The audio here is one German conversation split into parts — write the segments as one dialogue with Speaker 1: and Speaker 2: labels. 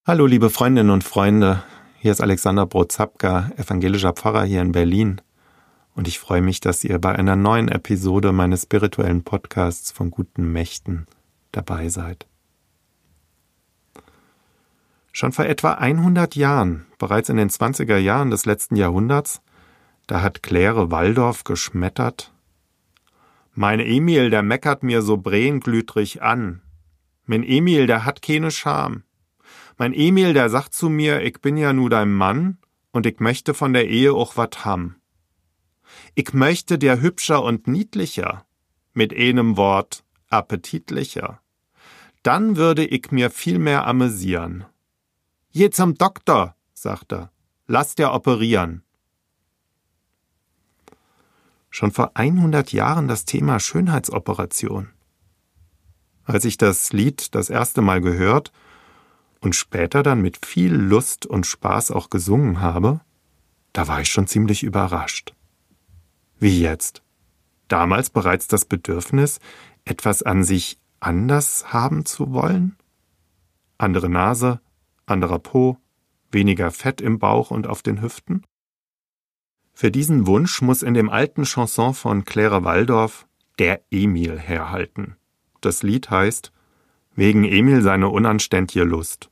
Speaker 1: Hallo liebe Freundinnen und Freunde, hier ist Alexander Brozapka, evangelischer Pfarrer hier in Berlin und ich freue mich, dass ihr bei einer neuen Episode meines spirituellen Podcasts von guten Mächten dabei seid. Schon vor etwa 100 Jahren, bereits in den 20er Jahren des letzten Jahrhunderts, da hat Claire Waldorf geschmettert: Mein Emil, der meckert mir so brennglütrig an. Mein Emil, der hat keine Scham. Mein Emil, der sagt zu mir, ich bin ja nu dein Mann und ich möchte von der Ehe auch wat ham. Ich möchte der hübscher und niedlicher, mit einem Wort appetitlicher. Dann würde ich mir viel mehr amüsieren. Geh zum Doktor, sagt er, lass dir operieren. Schon vor 100 Jahren das Thema Schönheitsoperation. Als ich das Lied das erste Mal gehört und später dann mit viel Lust und Spaß auch gesungen habe, da war ich schon ziemlich überrascht. Wie jetzt? Damals bereits das Bedürfnis, etwas an sich anders haben zu wollen? Andere Nase, anderer Po, weniger Fett im Bauch und auf den Hüften? Für diesen Wunsch muss in dem alten Chanson von Claire Waldorf der Emil herhalten. Das Lied heißt »Wegen Emil seine unanständige Lust«.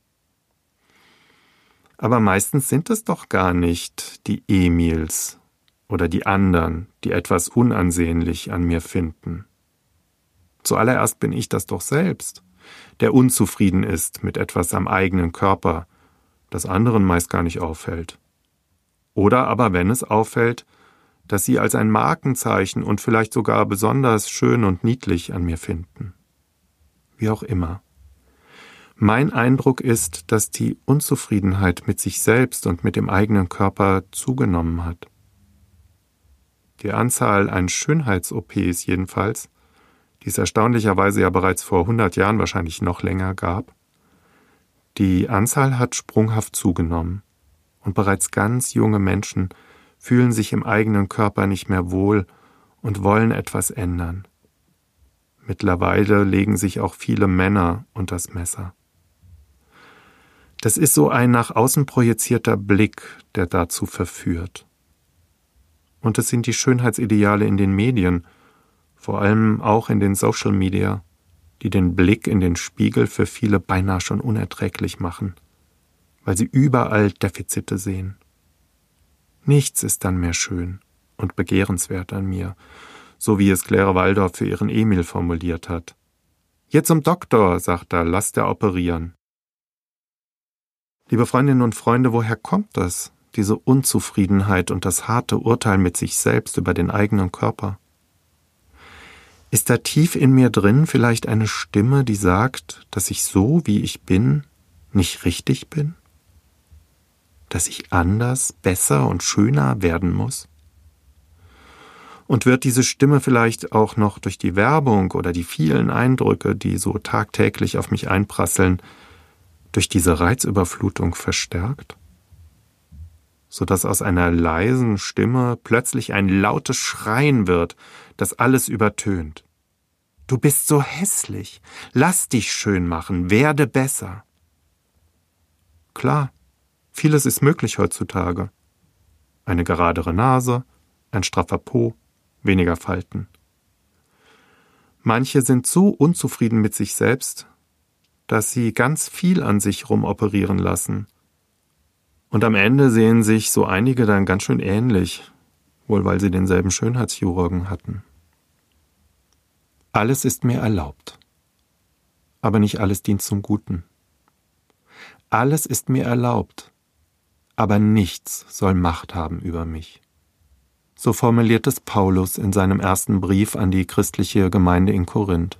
Speaker 1: Aber meistens sind es doch gar nicht die Emils oder die anderen, die etwas unansehnlich an mir finden. Zuallererst bin ich das doch selbst, der unzufrieden ist mit etwas am eigenen Körper, das anderen meist gar nicht auffällt. Oder aber, wenn es auffällt, dass sie als ein Markenzeichen und vielleicht sogar besonders schön und niedlich an mir finden. Wie auch immer. Mein Eindruck ist, dass die Unzufriedenheit mit sich selbst und mit dem eigenen Körper zugenommen hat. Die Anzahl an Schönheits-OPs jedenfalls, die es erstaunlicherweise ja bereits vor 100 Jahren wahrscheinlich noch länger gab, die Anzahl hat sprunghaft zugenommen und bereits ganz junge Menschen fühlen sich im eigenen Körper nicht mehr wohl und wollen etwas ändern. Mittlerweile legen sich auch viele Männer unter das Messer. Das ist so ein nach außen projizierter Blick, der dazu verführt. Und es sind die Schönheitsideale in den Medien, vor allem auch in den Social Media, die den Blick in den Spiegel für viele beinahe schon unerträglich machen, weil sie überall Defizite sehen. Nichts ist dann mehr schön und begehrenswert an mir, so wie es Claire Waldorf für ihren Emil formuliert hat. Geh zum Doktor, sagt er, lass dir operieren. Liebe Freundinnen und Freunde, woher kommt das, diese Unzufriedenheit und das harte Urteil mit sich selbst über den eigenen Körper? Ist da tief in mir drin vielleicht eine Stimme, die sagt, dass ich so, wie ich bin, nicht richtig bin? Dass ich anders, besser und schöner werden muss? Und wird diese Stimme vielleicht auch noch durch die Werbung oder die vielen Eindrücke, die so tagtäglich auf mich einprasseln, durch diese Reizüberflutung verstärkt? Sodass aus einer leisen Stimme plötzlich ein lautes Schreien wird, das alles übertönt. Du bist so hässlich, lass dich schön machen, werde besser. Klar, vieles ist möglich heutzutage. Eine geradere Nase, ein straffer Po, weniger Falten. Manche sind so unzufrieden mit sich selbst, dass sie ganz viel an sich rumoperieren lassen. Und am Ende sehen sich so einige dann ganz schön ähnlich, wohl weil sie denselben Schönheitschirurgen hatten. Alles ist mir erlaubt, aber nicht alles dient zum Guten. Alles ist mir erlaubt, aber nichts soll Macht haben über mich. So formuliert es Paulus in seinem ersten Brief an die christliche Gemeinde in Korinth.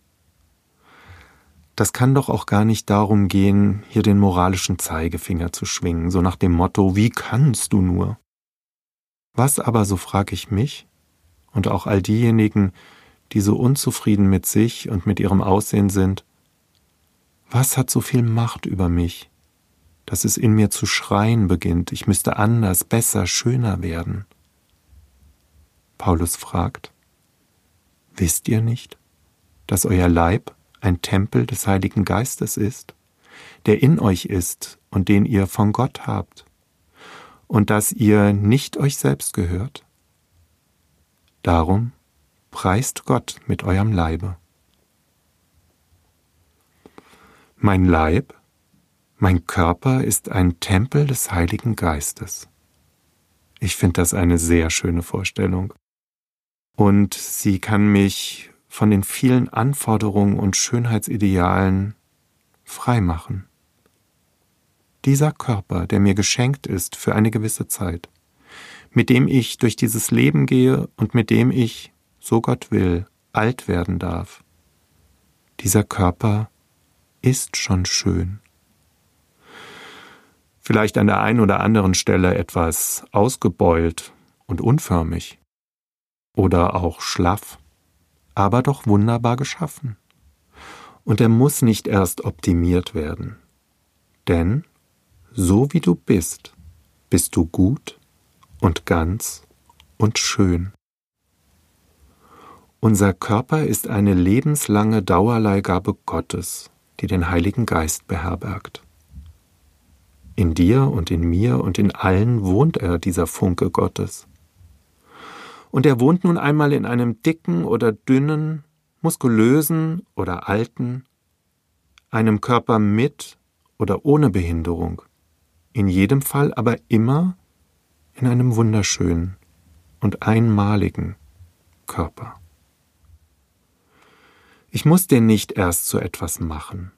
Speaker 1: Das kann doch auch gar nicht darum gehen, hier den moralischen Zeigefinger zu schwingen, so nach dem Motto, wie kannst du nur? Was aber, so frage ich mich, und auch all diejenigen, die so unzufrieden mit sich und mit ihrem Aussehen sind, was hat so viel Macht über mich, dass es in mir zu schreien beginnt, ich müsste anders, besser, schöner werden? Paulus fragt, wisst ihr nicht, dass euer Leib ein Tempel des Heiligen Geistes ist, der in euch ist und den ihr von Gott habt, und dass ihr nicht euch selbst gehört? Darum preist Gott mit eurem Leibe. Mein Leib, mein Körper ist ein Tempel des Heiligen Geistes. Ich finde das eine sehr schöne Vorstellung. Und sie kann mich von den vielen Anforderungen und Schönheitsidealen freimachen. Dieser Körper, der mir geschenkt ist für eine gewisse Zeit, mit dem ich durch dieses Leben gehe und mit dem ich, so Gott will, alt werden darf, dieser Körper ist schon schön. Vielleicht an der einen oder anderen Stelle etwas ausgebeult und unförmig oder auch schlaff, aber doch wunderbar geschaffen. Und er muss nicht erst optimiert werden, denn so wie du bist, bist du gut und ganz und schön. Unser Körper ist eine lebenslange Dauerleihgabe Gottes, die den Heiligen Geist beherbergt. In dir und in mir und in allen wohnt er, dieser Funke Gottes. Und er wohnt nun einmal in einem dicken oder dünnen, muskulösen oder alten, einem Körper mit oder ohne Behinderung, in jedem Fall aber immer in einem wunderschönen und einmaligen Körper. Ich muss den nicht erst zu etwas machen.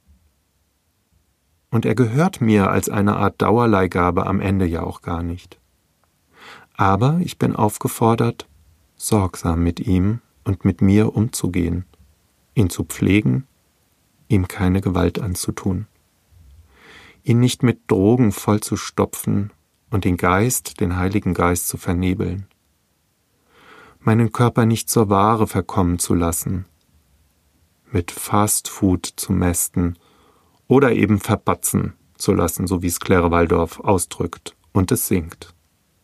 Speaker 1: Und er gehört mir als eine Art Dauerleihgabe am Ende ja auch gar nicht. Aber ich bin aufgefordert, sorgsam mit ihm und mit mir umzugehen, ihn zu pflegen, ihm keine Gewalt anzutun, ihn nicht mit Drogen vollzustopfen und den Geist, den Heiligen Geist zu vernebeln, meinen Körper nicht zur Ware verkommen zu lassen, mit Fastfood zu mästen oder eben verpatzen zu lassen, so wie es Claire Waldorf ausdrückt und es singt.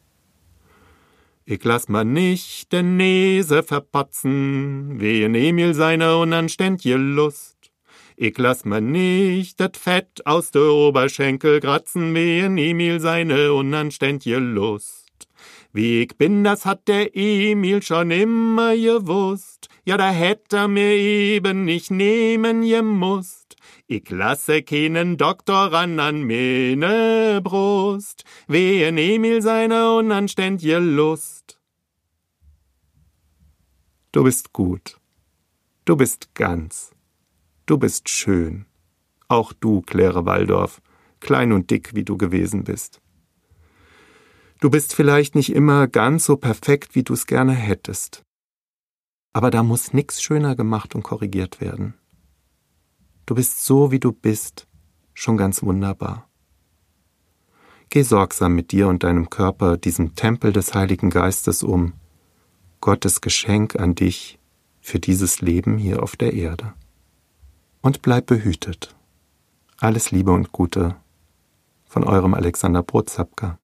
Speaker 1: Ich lass ma nicht den Nese verpatzen, wehen Emil seine unanständige Lust. Ich lass ma nicht dat Fett aus der Oberschenkel kratzen, wehen Emil seine unanständige Lust. Wie ich bin, das hat der Emil schon immer gewusst, ja, da hätt er mir eben nicht nehmen gemusst. Ich lasse keinen Doktor ran an meine Brust, wehen Emil seine unanständige Lust. Du bist gut, du bist ganz, du bist schön, auch du, Claire Waldorf, klein und dick, wie du gewesen bist. Du bist vielleicht nicht immer ganz so perfekt, wie du es gerne hättest. Aber da muss nix schöner gemacht und korrigiert werden. Du bist so, wie du bist, schon ganz wunderbar. Geh sorgsam mit dir und deinem Körper, diesem Tempel des Heiligen Geistes um, Gottes Geschenk an dich für dieses Leben hier auf der Erde. Und bleib behütet. Alles Liebe und Gute von eurem Alexander Brozapka.